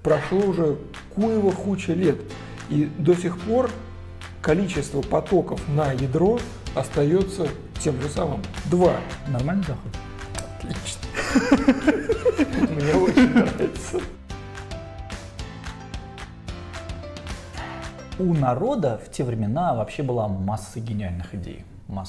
прошло уже куча лет, и до сих пор количество потоков на ядро остается тем же самым 2. Нормальный заход? Отлично. Мне очень нравится. У народа в те времена вообще была масса гениальных идей.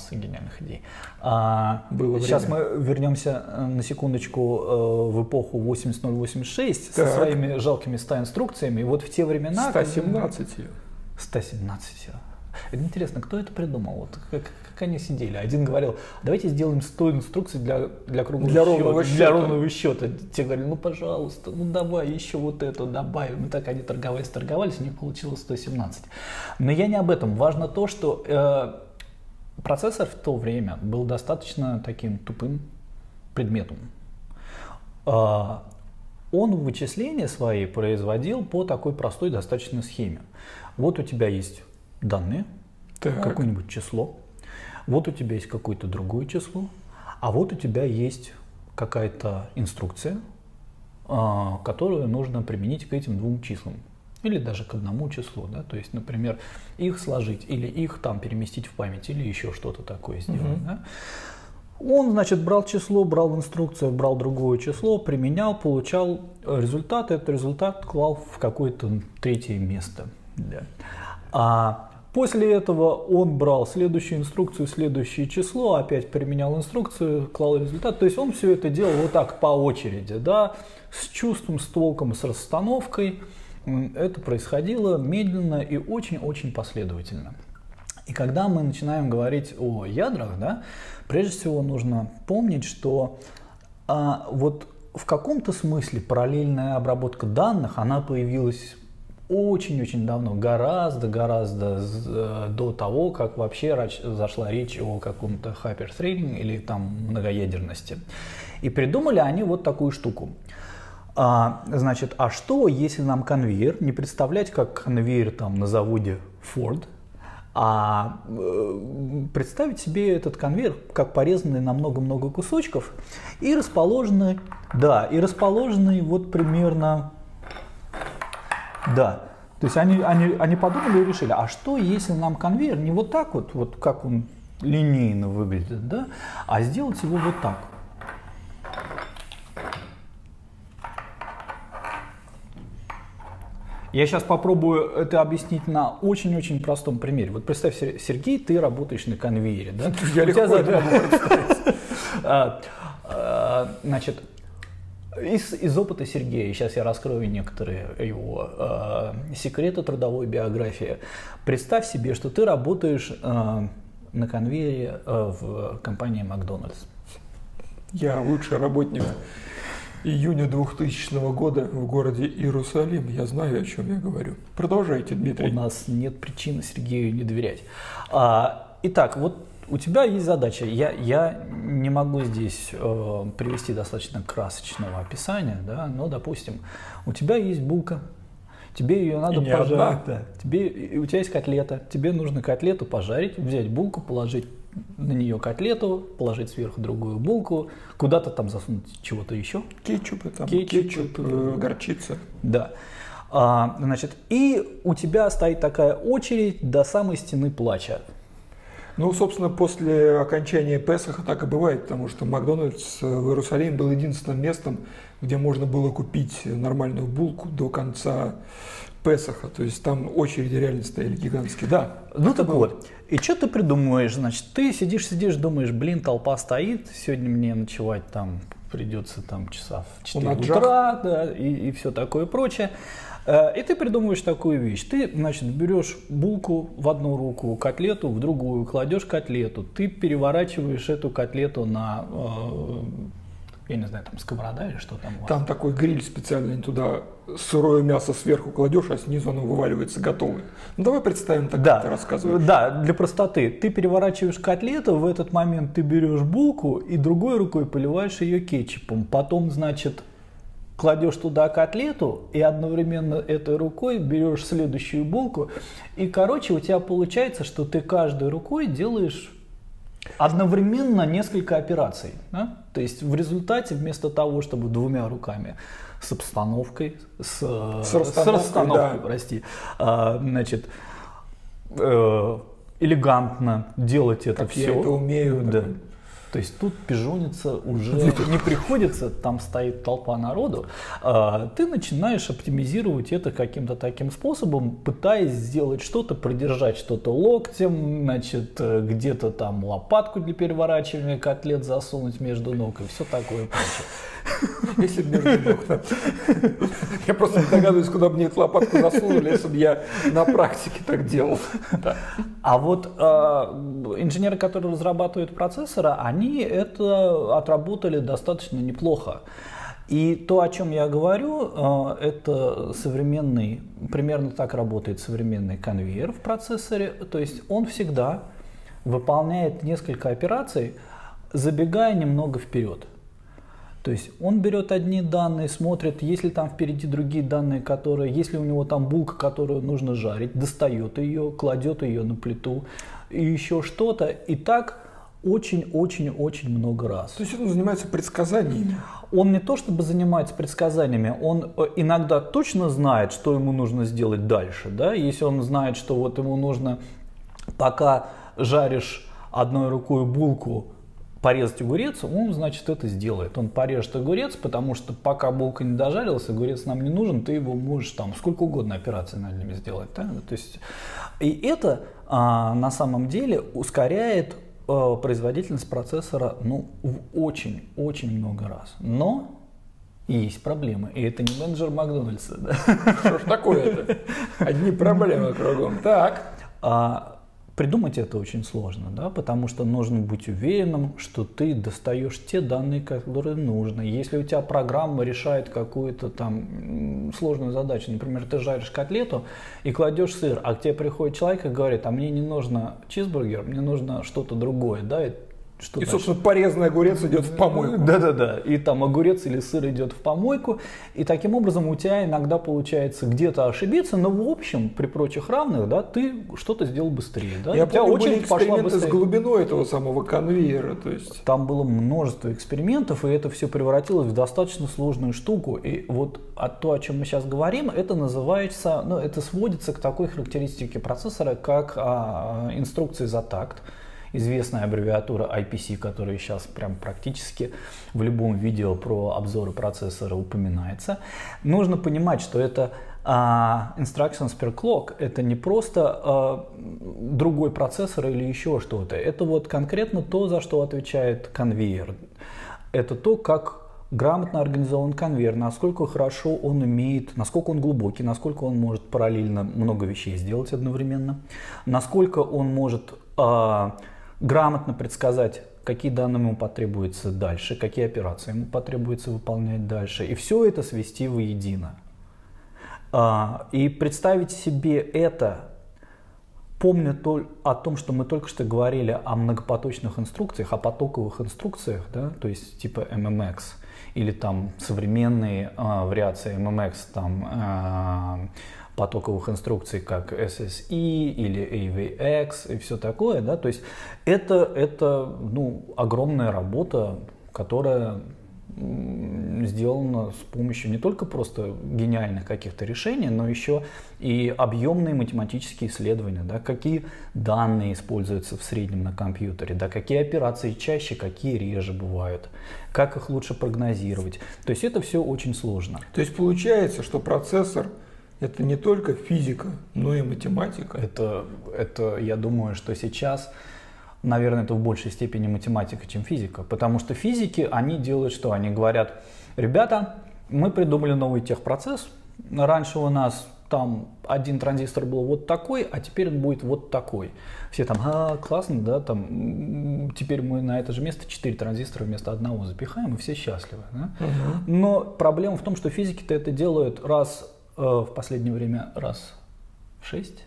Сейчас мы вернемся на секундочку в эпоху 80086 со своими жалкими 100 инструкциями. И вот в те времена... 117. 117. Это интересно, кто это придумал? Вот как они сидели? Один говорил, давайте сделаем 100 инструкций для круглого счета, для ровного счета. Те говорили, ну пожалуйста, ну давай еще вот это добавим. И так они торговались, у них получилось 117. Но я не об этом. Важно то, что процессор в то время был достаточно таким тупым предметом. Он вычисления свои производил по такой простой достаточно схеме. Вот у тебя есть данные, какое-нибудь число, вот у тебя есть какое-то другое число, а вот у тебя есть какая-то инструкция, которую нужно применить к этим двум числам. Или даже к одному числу, да? То есть, например, их сложить, или их там переместить в память, или еще что-то такое сделать. Да? Он, значит, брал число, брал инструкцию, брал другое число, применял, получал результат, этот результат клал в какое-то третье место. Да. А после этого он брал следующую инструкцию, следующее число, опять применял инструкцию, клал результат. То есть он все это делал вот так по очереди, да? С чувством, с толком, с расстановкой. Это происходило медленно и очень-очень последовательно. И когда мы начинаем говорить о ядрах, да, прежде всего нужно помнить, что вот в каком-то смысле параллельная обработка данных, она появилась очень-очень давно, гораздо до того, как вообще зашла речь о каком-то hyperthreading или там многоядерности. И придумали они вот такую штуку. Значит, а что, если нам конвейер не представлять как конвейер там на заводе Ford, а представить себе этот конвейер как порезанный на много-много кусочков и расположенный вот примерно, да. То есть они подумали и решили, а что, если нам конвейер не вот так вот как он линейно выглядит, да, а сделать его вот так. Я сейчас попробую это объяснить на очень-очень простом примере. Вот представь, Сергей, ты работаешь на конвейере, да? Я легко это могу представить. Значит, из опыта Сергея, сейчас я раскрою некоторые его секреты трудовой биографии. Представь себе, что ты работаешь на конвейере в компании Макдональдс. Я лучший работник июня 2000 года в городе Иерусалим. Я знаю, о чем я говорю. Продолжайте, Дмитрий. У нас нет причин Сергею не доверять. Итак, вот у тебя есть задача. Я не могу здесь привести достаточно красочного описания, да, но, допустим, у тебя есть булка, тебе ее надо пожарить. Да. У тебя есть котлета, тебе нужно котлету пожарить, взять булку, положить на нее котлету, положить сверху другую булку, куда-то там засунуть чего-то еще. Кетчуп, горчица. Да. Значит, и у тебя стоит такая очередь до самой стены плача. Ну, собственно, после окончания Песаха так и бывает, потому что Макдональдс в Иерусалиме был единственным местом, где можно было купить нормальную булку до конца Песаха. То есть там очереди реально стояли гигантские. Да. Ну так вот. И что ты придумываешь? Значит, ты сидишь, думаешь, блин, толпа стоит, сегодня мне ночевать там придется там часа в 4 утра, да, и все такое прочее. И ты придумываешь такую вещь. Ты, значит, берешь булку в одну руку, котлету в другую, кладешь котлету, ты переворачиваешь эту котлету на, я не знаю, там сковорода или что там у вас? Там такой гриль специальный, туда сырое мясо сверху кладешь, а снизу оно вываливается готовое. Ну давай представим так, да, как ты рассказываешь. Да, для простоты. Ты переворачиваешь котлету, в этот момент ты берешь булку и другой рукой поливаешь ее кетчупом. Потом, значит, кладешь туда котлету и одновременно этой рукой берешь следующую булку. И, короче, у тебя получается, что ты каждой рукой делаешь одновременно несколько операций. Да? То есть в результате вместо того, чтобы двумя руками с обстановкой, с расстановкой, да. прости, значит, элегантно делать это все. Я это умею. Да. То есть тут пижониться уже не приходится, там стоит толпа народу. Ты начинаешь оптимизировать это каким-то таким способом, пытаясь сделать что-то, придержать что-то локтем, значит, где-то там лопатку для переворачивания котлет засунуть между ног и все такое прочее. Если бы между ног. Я просто не догадываюсь, куда бы мне эту лопатку засунули, если бы я на практике так делал. А вот инженеры, которые разрабатывают процессоры, они это отработали достаточно неплохо. И то, о чем я говорю, это современный, примерно так работает современный конвейер в процессоре. То есть он всегда выполняет несколько операций, забегая немного вперед. То есть он берет одни данные, смотрит, есть ли там впереди другие данные, если у него там булка, которую нужно жарить, достает ее, кладет ее на плиту и еще что-то. И так очень-очень-очень много раз. То есть он занимается предсказаниями? Он не то чтобы занимается предсказаниями, он иногда точно знает, что ему нужно сделать дальше. Да? Если он знает, что вот ему нужно, пока жаришь одной рукой булку, порезать огурец, он, значит, это сделает. Он порежет огурец, потому что пока булка не дожарилась, огурец нам не нужен, ты его можешь там сколько угодно операций над ними сделать. Да? То есть, и это на самом деле ускоряет производительность процессора в очень-очень много раз. Но есть проблемы, и это не менеджер Макдональдса. Да? Что ж такое-то? Одни проблемы кругом. Так. Придумать это очень сложно, да, потому что нужно быть уверенным, что ты достаешь те данные, которые нужно. Если у тебя программа решает какую-то там сложную задачу, например, ты жаришь котлету и кладешь сыр, а к тебе приходит человек и говорит, а мне не нужно чизбургер, мне нужно что-то другое, да, и, собственно, порезанный огурец идет в помойку. Да-да-да, и там огурец или сыр идет в помойку, и таким образом у тебя иногда получается где-то ошибиться, но в общем, при прочих равных, да, ты что-то сделал быстрее. Да? Я помню, были эксперименты с глубиной этого самого конвейера. То есть... Там было множество экспериментов, и это все превратилось в достаточно сложную штуку. И вот то, о чем мы сейчас говорим, это называется, это сводится к такой характеристике процессора, как инструкции за такт. Известная аббревиатура IPC, которая сейчас прям практически в любом видео про обзоры процессора упоминается. Нужно понимать, что это instructions per clock, это не просто другой процессор или еще что-то. Это вот конкретно то, за что отвечает конвейер. Это то, как грамотно организован конвейер, насколько хорошо он умеет, насколько он глубокий, насколько он может параллельно много вещей сделать одновременно, насколько он может грамотно предсказать, какие данные ему потребуется дальше, какие операции ему потребуется выполнять дальше, и все это свести воедино. И представить себе это, помня о том, что мы только что говорили о многопоточных инструкциях, о потоковых инструкциях, да, то есть типа MMX, или там современные вариации MMX, там потоковых инструкций, как SSE или AVX и все такое, да, то есть это огромная работа, которая сделана с помощью не только просто гениальных каких-то решений, но еще и объемные математические исследования, да, какие данные используются в среднем на компьютере, да, какие операции чаще, какие реже бывают, как их лучше прогнозировать. То есть это все очень сложно. То есть получается, что процессор это не только физика, но и математика. Это, я думаю, что сейчас, наверное, это в большей степени математика, чем физика. Потому что физики, они делают что? Они говорят, ребята, мы придумали новый техпроцесс. Раньше у нас там один транзистор был вот такой, а теперь он будет вот такой. Все там, классно, да, там, теперь мы на это же место 4 транзистора вместо одного запихаем, и все счастливы. Да? Но проблема в том, что физики-то это делают в последнее время раз в 6.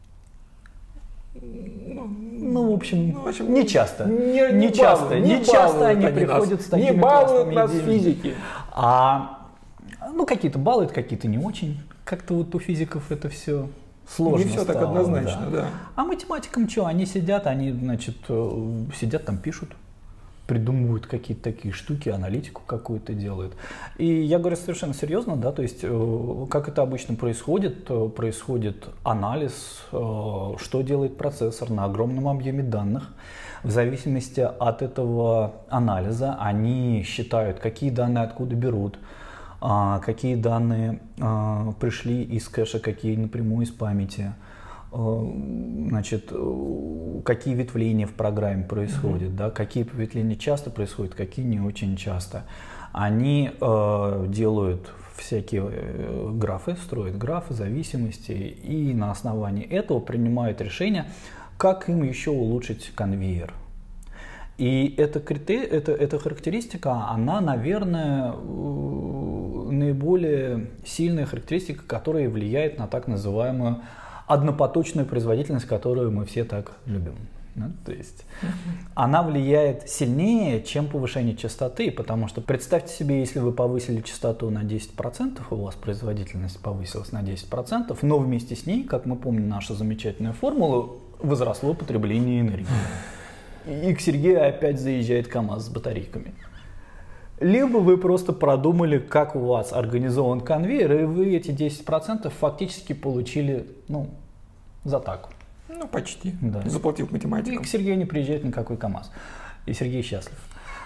В общем, не часто. Не часто они приходят с такими не балуют нас физики. Какие-то балуют, какие-то не очень. Как-то вот у физиков это все сложно. Не все так однозначно, да. А математикам что? Они сидят, сидят там, пишут. придумывают какие-то такие штуки, аналитику какую-то делают. И я говорю совершенно серьезно, да, то есть как это обычно происходит, происходит анализ, что делает процессор на огромном объеме данных. В зависимости от этого анализа они считают, какие данные откуда берут, какие данные пришли из кэша, какие напрямую из памяти. Значит, какие ветвления в программе происходят, да, какие ветвления часто происходят, какие не очень часто. Они делают всякие графы, строят графы зависимости и на основании этого принимают решение, как им еще улучшить конвейер. И эта характеристика, она, наверное, наиболее сильная характеристика, которая влияет на так называемую однопоточную производительность, которую мы все так любим. Да? То есть она влияет сильнее, чем повышение частоты, потому что представьте себе, если вы повысили частоту на 10%, у вас производительность повысилась на 10%, но вместе с ней, как мы помним нашу замечательную формулу, возросло потребление энергии. И к Сергею опять заезжает КамАЗ с батарейками. Либо вы просто продумали, как у вас организован конвейер, и вы эти 10% фактически получили, за так. Почти. Да. Заплатив математикам. И к Сергею не приезжает никакой КамАЗ. И Сергей счастлив.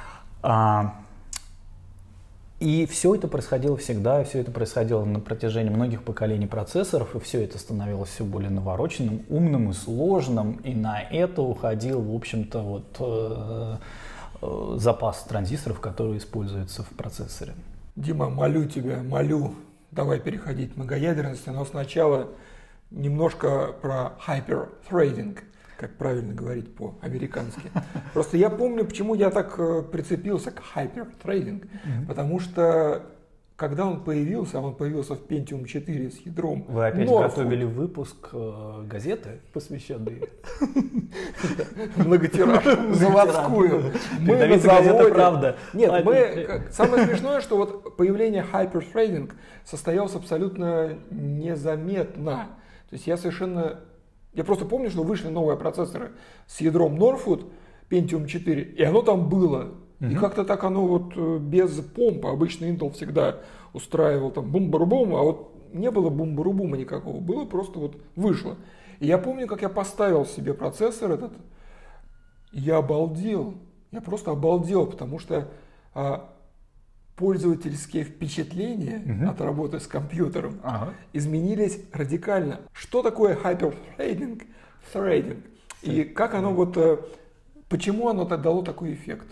И все это происходило всегда, все это происходило на протяжении многих поколений процессоров, и все это становилось все более навороченным, умным и сложным, и на это уходил, в общем-то, запас транзисторов, которые используются в процессоре. Дима, молю тебя, давай переходить к многоядерности, но сначала немножко про hyper-threading, как правильно говорить по-американски. Просто я помню, почему я так прицепился к hyper-threading, потому что когда он появился в Pentium 4 с ядром. Вы опять готовили выпуск газеты, посвященный многотиражную, заводскую. Мы на заводе. Правда. Нет, самое смешное, что вот появление hyper-threading состоялось абсолютно незаметно. То есть я просто помню, что вышли новые процессоры с ядром Northwood, Pentium 4, и оно там было. И как-то так оно вот без помпа. Обычно Intel всегда устраивал там бум-бару-бум, а вот не было бум-бару-бума никакого. Было просто вот вышло. И я помню, как я поставил себе процессор этот, и я обалдел. Я просто обалдел, потому что пользовательские впечатления от работы с компьютером изменились радикально. Что такое hyper-threading? И как оно почему оно дало такой эффект?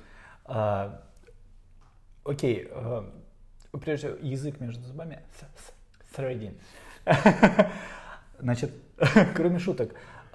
Окей, прежде язык между зубами. Threading. Значит, кроме шуток,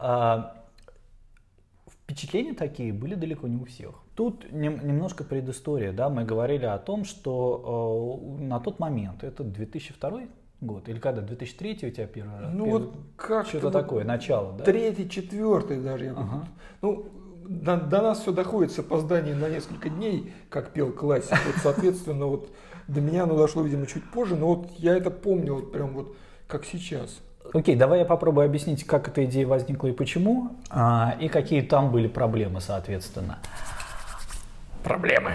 впечатления такие были далеко не у всех. Тут немножко предыстория, да, мы говорили о том, что на тот момент, это 2002 год, или когда, 2003 у тебя первый раз? Вот как что-то такое, начало, да? 3-й, 4-й даже, я помню. До нас все доходит с опозданием на несколько дней, как пел классик. Вот, соответственно, до меня оно дошло, видимо, чуть позже, но я это помню прям как сейчас. Окей, давай я попробую объяснить, как эта идея возникла и почему, и какие там были проблемы, соответственно. Проблемы.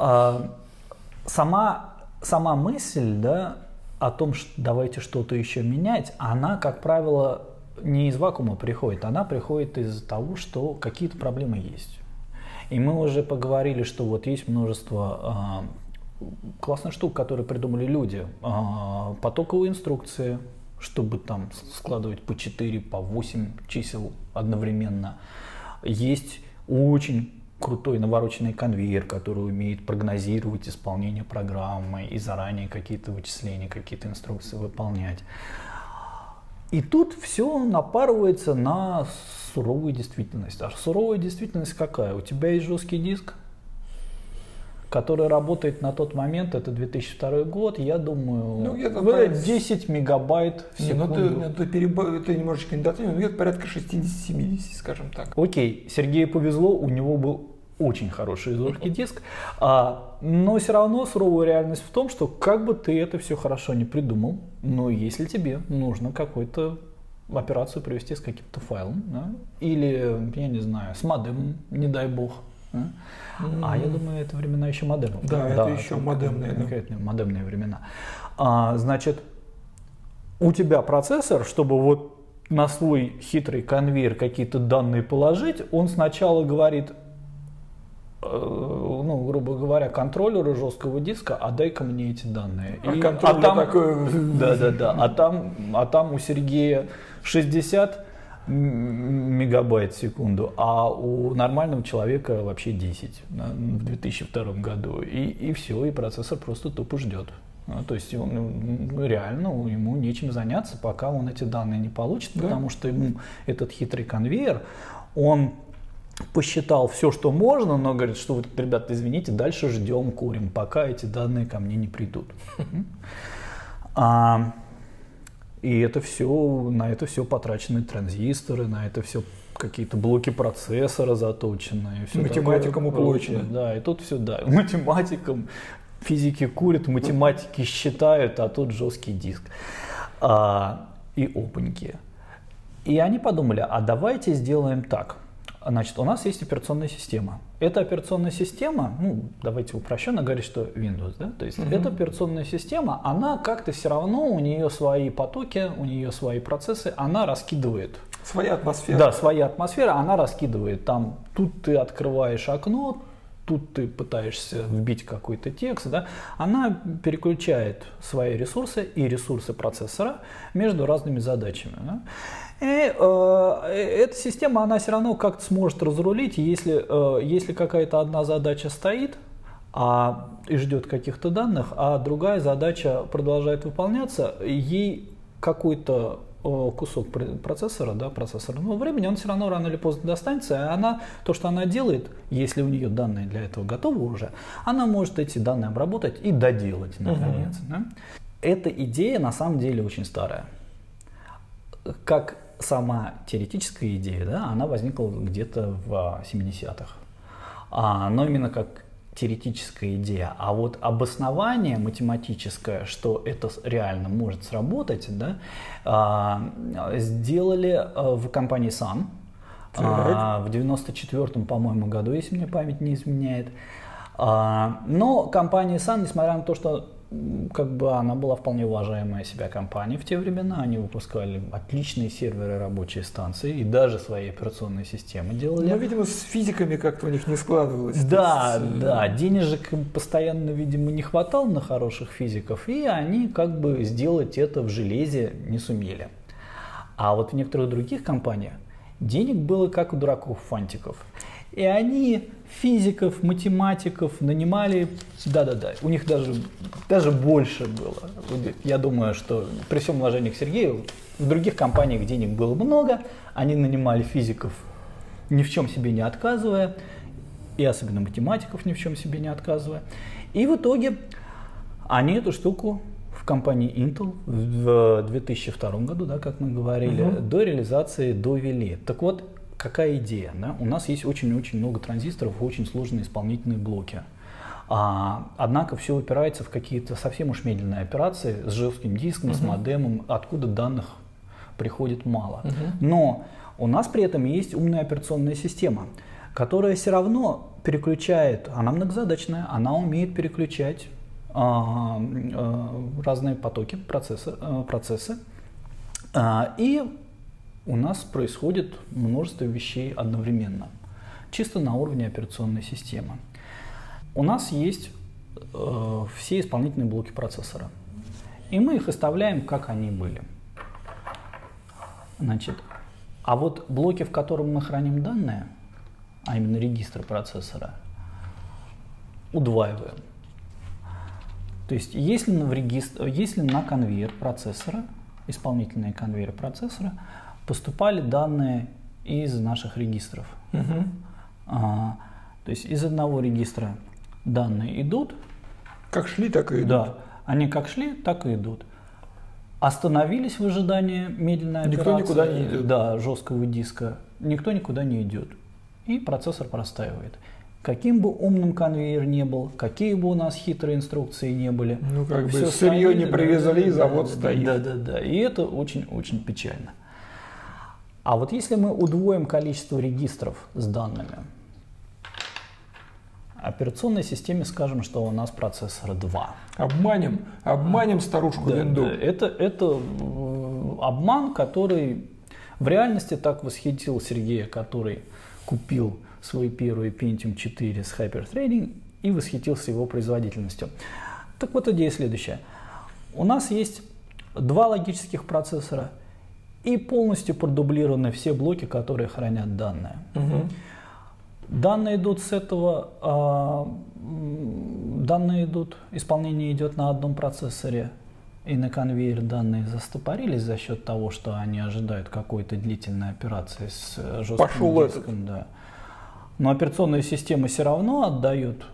Сама мысль, да, о том, что давайте что-то еще менять, она, как правило, не из вакуума приходит, она приходит из-за того, что какие-то проблемы есть. И мы уже поговорили, что вот есть множество классных штук, которые придумали люди. Потоковые инструкции, чтобы там складывать по 4, по 8 чисел одновременно. Есть очень крутой навороченный конвейер, который умеет прогнозировать исполнение программы и заранее какие-то вычисления, какие-то инструкции выполнять. И тут все напарывается на суровую действительность. А суровая действительность какая? У тебя есть жесткий диск, который работает на тот момент, это 2002 год, я думаю, 10 мегабайт в секунду. Ты немножечко недооцениваешь, где-то порядка 60-70, скажем так. Окей, Сергею повезло, у него был очень хороший жесткий диск, но все равно суровая реальность в том, что как бы ты это все хорошо не придумал, но если тебе нужно какую-то операцию провести с каким-то файлом, да, или, я не знаю, с модемом, не дай бог, А я думаю, это времена еще модемов. Да, это еще модемные. Модемные времена. Значит, у тебя процессор, чтобы вот на свой хитрый конвейер какие-то данные положить, он сначала говорит, ну, грубо говоря, контроллеру жесткого диска, а дай-ка мне эти данные. А там у Сергея 60 мегабайт в секунду, а у нормального человека вообще 10 в 2002 году. И все, и процессор просто тупо ждет. То есть реально ему нечем заняться, пока он эти данные не получит, потому что ему этот хитрый конвейер, он посчитал все, что можно, но говорит, что вот, ребята, извините, дальше ждем, курим, пока эти данные ко мне не придут. И это все, на это все потрачены транзисторы, на это все какие-то блоки процессора заточенные. Математикам уплочено. Да, и тут все, математикам, физики курят, математики считают, а тут жесткий диск. И опаньки. И они подумали, а давайте сделаем так. Значит, у нас есть операционная система. Эта операционная система, давайте упрощенно говорить, что Windows, да? То есть эта операционная система, она как-то все равно, у нее свои потоки, у нее свои процессы, она раскидывает. Своя атмосфера. Да, своя атмосфера, она раскидывает. Там, тут ты открываешь окно, тут ты пытаешься вбить какой-то текст, да? Она переключает свои ресурсы и ресурсы процессора между разными задачами. Да? И эта система, она все равно как-то сможет разрулить, если какая-то одна задача стоит и ждет каких-то данных, а другая задача продолжает выполняться, ей какой-то кусок процессорного времени, он все равно рано или поздно достанется, и то, что она делает, если у нее данные для этого готовы уже, она может эти данные обработать и доделать, наконец. Да? Эта идея на самом деле очень старая. Как сама теоретическая идея, да, она возникла где-то в 70-х. Но именно как теоретическая идея. А вот обоснование математическое, что это реально может сработать, да, сделали в компании Sun в 94-м, по-моему, году, если мне память не изменяет. Но компания Sun, несмотря на то, что она была вполне уважаемая себя компания в те времена, они выпускали отличные серверы, рабочие станции и даже свои операционные системы делали. Но, видимо, с физиками как-то у них не складывалось. Да, денежек им постоянно, видимо, не хватало на хороших физиков, и они сделать это в железе не сумели. А вот в некоторых других компаниях денег было как у дураков-фантиков. И они физиков, математиков нанимали, у них даже больше было. Я думаю, что при всем уважении к Сергею, в других компаниях денег было много, они нанимали физиков, ни в чем себе не отказывая, и особенно математиков, ни в чем себе не отказывая. И в итоге они эту штуку в компании Intel в 2002 году, как мы говорили, до реализации довели. Так вот, какая идея? Да? У нас есть очень-очень много транзисторов и очень сложные исполнительные блоки. Однако все упирается в какие-то совсем уж медленные операции с жестким диском, с модемом, откуда данных приходит мало. Но у нас при этом есть умная операционная система, которая все равно переключает, она многозадачная, она умеет переключать разные потоки, процессы. И у нас происходит множество вещей одновременно, чисто на уровне операционной системы. У нас есть все исполнительные блоки процессора, и мы их оставляем, как они были. Значит, а вот блоки, в которых мы храним данные, а именно регистры процессора, удваиваем. То есть, если на конвейер процессора, исполнительные конвейеры процессора, поступали данные из наших регистров. То есть из одного регистра данные идут. Как шли, так и идут. Да, они как шли, так и идут. Остановились в ожидании медленной операции. Никто никуда не идет. Да, жесткого диска. Никто никуда не идет. И процессор простаивает. Каким бы умным конвейер не был, какие бы у нас хитрые инструкции не были. Сырье не привезли, завод стоит. Да. И это очень-очень печально. А вот если мы удвоим количество регистров с данными, Операционной системе скажем, что у нас процессор 2. Обманем старушку винду. Это обман, который в реальности так восхитил Сергея, который купил свой первый Pentium 4 с Hyper-Threading и восхитился его производительностью. Так вот, идея следующая. У нас есть 2 логических процессора и полностью продублированы все блоки, которые хранят данные. Данные идут с этого, исполнение идет на одном процессоре, и на конвейер данные застопорились за счет того, что они ожидают какой-то длительной операции с жестким диском. Да. Но операционная система все равно отдает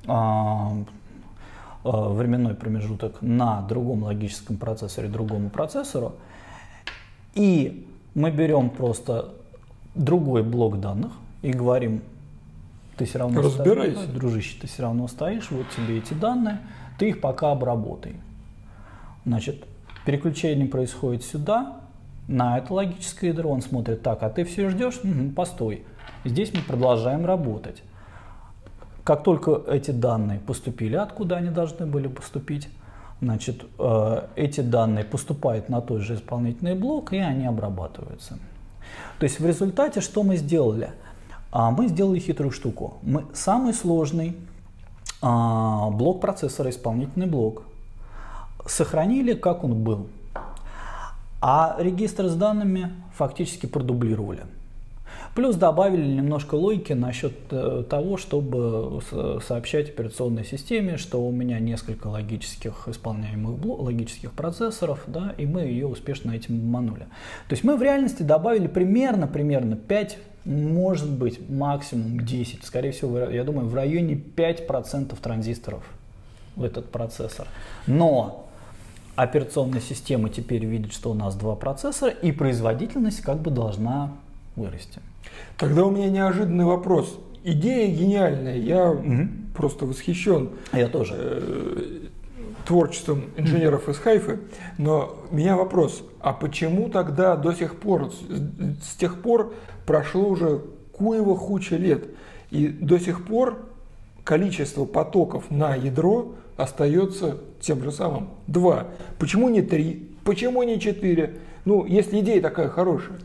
временной промежуток на другом логическом процессоре, другому процессору, и мы берем просто другой блок данных и говорим: ты все равно стоишь, дружище, ты все равно стоишь, вот тебе эти данные, ты их пока обработай. Значит, переключение происходит сюда, на это логическое ядро, он смотрит: так, а ты все ждешь? Постой. Здесь мы продолжаем работать. Как только эти данные поступили, откуда они должны были поступить, значит, эти данные поступают на тот же исполнительный блок, и они обрабатываются. То есть в результате что мы сделали? Мы сделали хитрую штуку. Мы самый сложный блок процессора, исполнительный блок, сохранили, как он был, а регистр с данными фактически продублировали. Плюс добавили немножко логики насчет того, чтобы сообщать операционной системе, что у меня несколько логических исполняемых логических процессоров, да, и мы ее успешно этим обманули. То есть мы в реальности добавили примерно 5, может быть, максимум 10, скорее всего, я думаю, в районе 5% транзисторов в этот процессор. Но операционная система теперь видит, что у нас 2 процессора, и производительность как бы должна вырасти. Тогда у меня неожиданный вопрос. Идея гениальная, я просто восхищен. Я тоже. Творчеством инженеров из Хайфы, но у меня вопрос: а почему тогда до сих пор, с тех пор прошло уже куча лет, и до сих пор количество потоков на ядро остается тем же самым 2? Почему не 3? Почему не 4? Ну, если идея такая хорошая.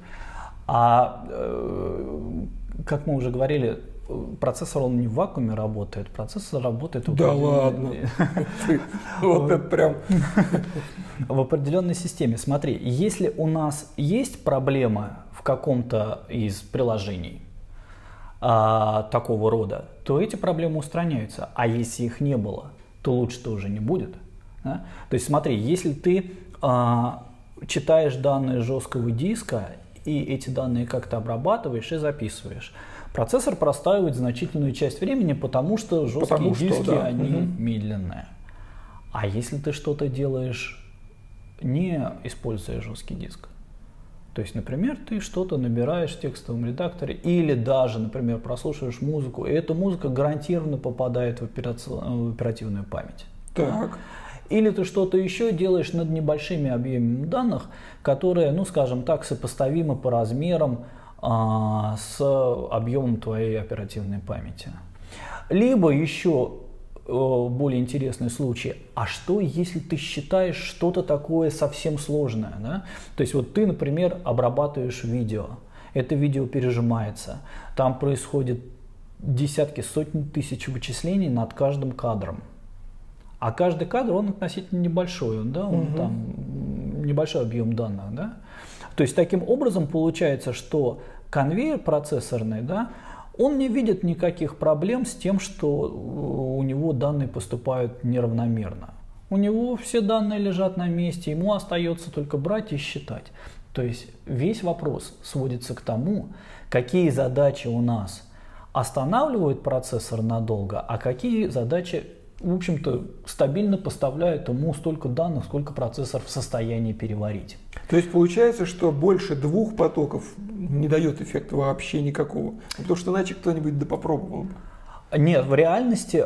Как мы уже говорили, процессор он не в вакууме работает, процессор работает в Вот это прям в определенной системе. Смотри, если у нас есть проблема в каком-то из приложений такого рода, то эти проблемы устраняются. А если их не было, то лучше тоже не будет. Да? То есть смотри, если ты читаешь данные жесткого диска и эти данные как-то обрабатываешь и записываешь, процессор простаивает значительную часть времени, потому что жесткие диски, они медленные. А если ты что-то делаешь, не используя жесткий диск, то есть, например, ты что-то набираешь в текстовом редакторе или даже, например, прослушиваешь музыку, и эта музыка гарантированно попадает в оперативную память. Так. Или ты что-то еще делаешь над небольшими объемами данных, которые, ну, скажем так, сопоставимы по размерам с объемом твоей оперативной памяти. Либо еще более интересный случай: а что, если ты считаешь что-то такое совсем сложное? Да? То есть вот ты, например, обрабатываешь видео, это видео пережимается, там происходит десятки, сотни тысяч вычислений над каждым кадром. А каждый кадр, он относительно небольшой, да? Там небольшой объем данных. Да? То есть таким образом получается, что конвейер процессорный, да, он не видит никаких проблем с тем, что у него данные поступают неравномерно. У него все данные лежат на месте, ему остается только брать и считать. То есть весь вопрос сводится к тому, какие задачи у нас останавливают процессор надолго, а какие задачи, в общем-то, стабильно поставляют ему столько данных, сколько процессор в состоянии переварить. То есть получается, что больше 2 потоков не дает эффекта вообще никакого, потому что иначе кто-нибудь попробовал бы. Нет, в реальности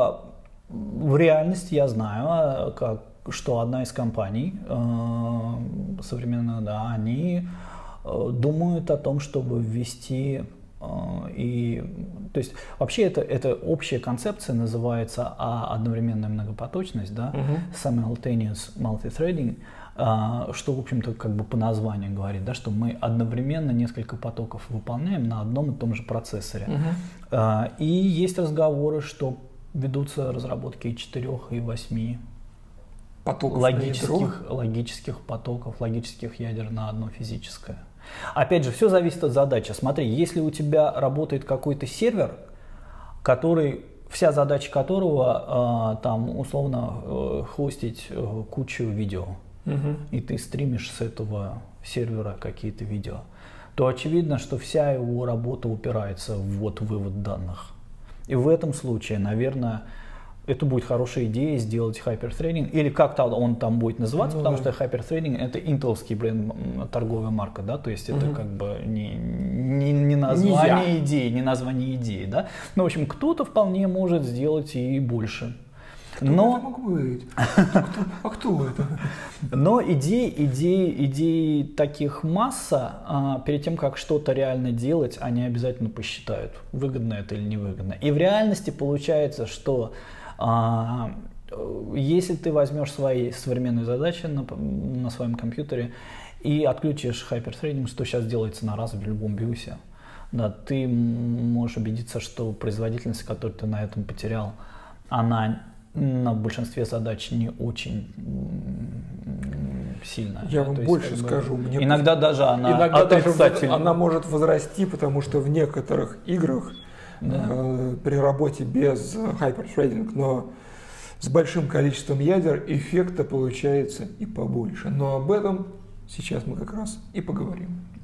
я знаю, что одна из компаний современных, да, они думают о том, чтобы ввести и То есть вообще это общая концепция называется одновременная многопоточность, да, simultaneous multithreading, что, в общем-то, как бы по названию говорит, да, что мы одновременно несколько потоков выполняем на одном и том же процессоре. И есть разговоры, что ведутся разработки и 4, и 8 логических потоков, логических ядер на одно физическое. Опять же, все зависит от задачи. Смотри, если у тебя работает какой-то сервер, вся задача которого там условно хостить кучу видео, и ты стримишь с этого сервера какие-то видео, то очевидно, что вся его работа упирается в вывод данных. И в этом случае, наверное, это будет хорошая идея сделать хайперthreading, или как-то он там будет называться, потому что хайперthreading это интеловский бренд, торговая марка, да, то есть это как бы не название идеи, да. Ну, в общем, кто-то вполне может сделать и больше. Кто это мог быть? Кто это? Но идей таких масса. Перед тем, как что-то реально делать, они обязательно посчитают, выгодно это или невыгодно. И в реальности получается, что если ты возьмешь свои современные задачи на своем компьютере и отключишь хайперthreading, что сейчас делается на раз в любом биосе, да, ты можешь убедиться, что производительность, которую ты на этом потерял, она на большинстве задач не очень сильная. Я вам больше скажу. Иногда даже она отрицательная. Она может возрасти, потому что в некоторых играх при работе без хайперthreading, но с большим количеством ядер эффекта получается и побольше. Но об этом сейчас мы как раз и поговорим.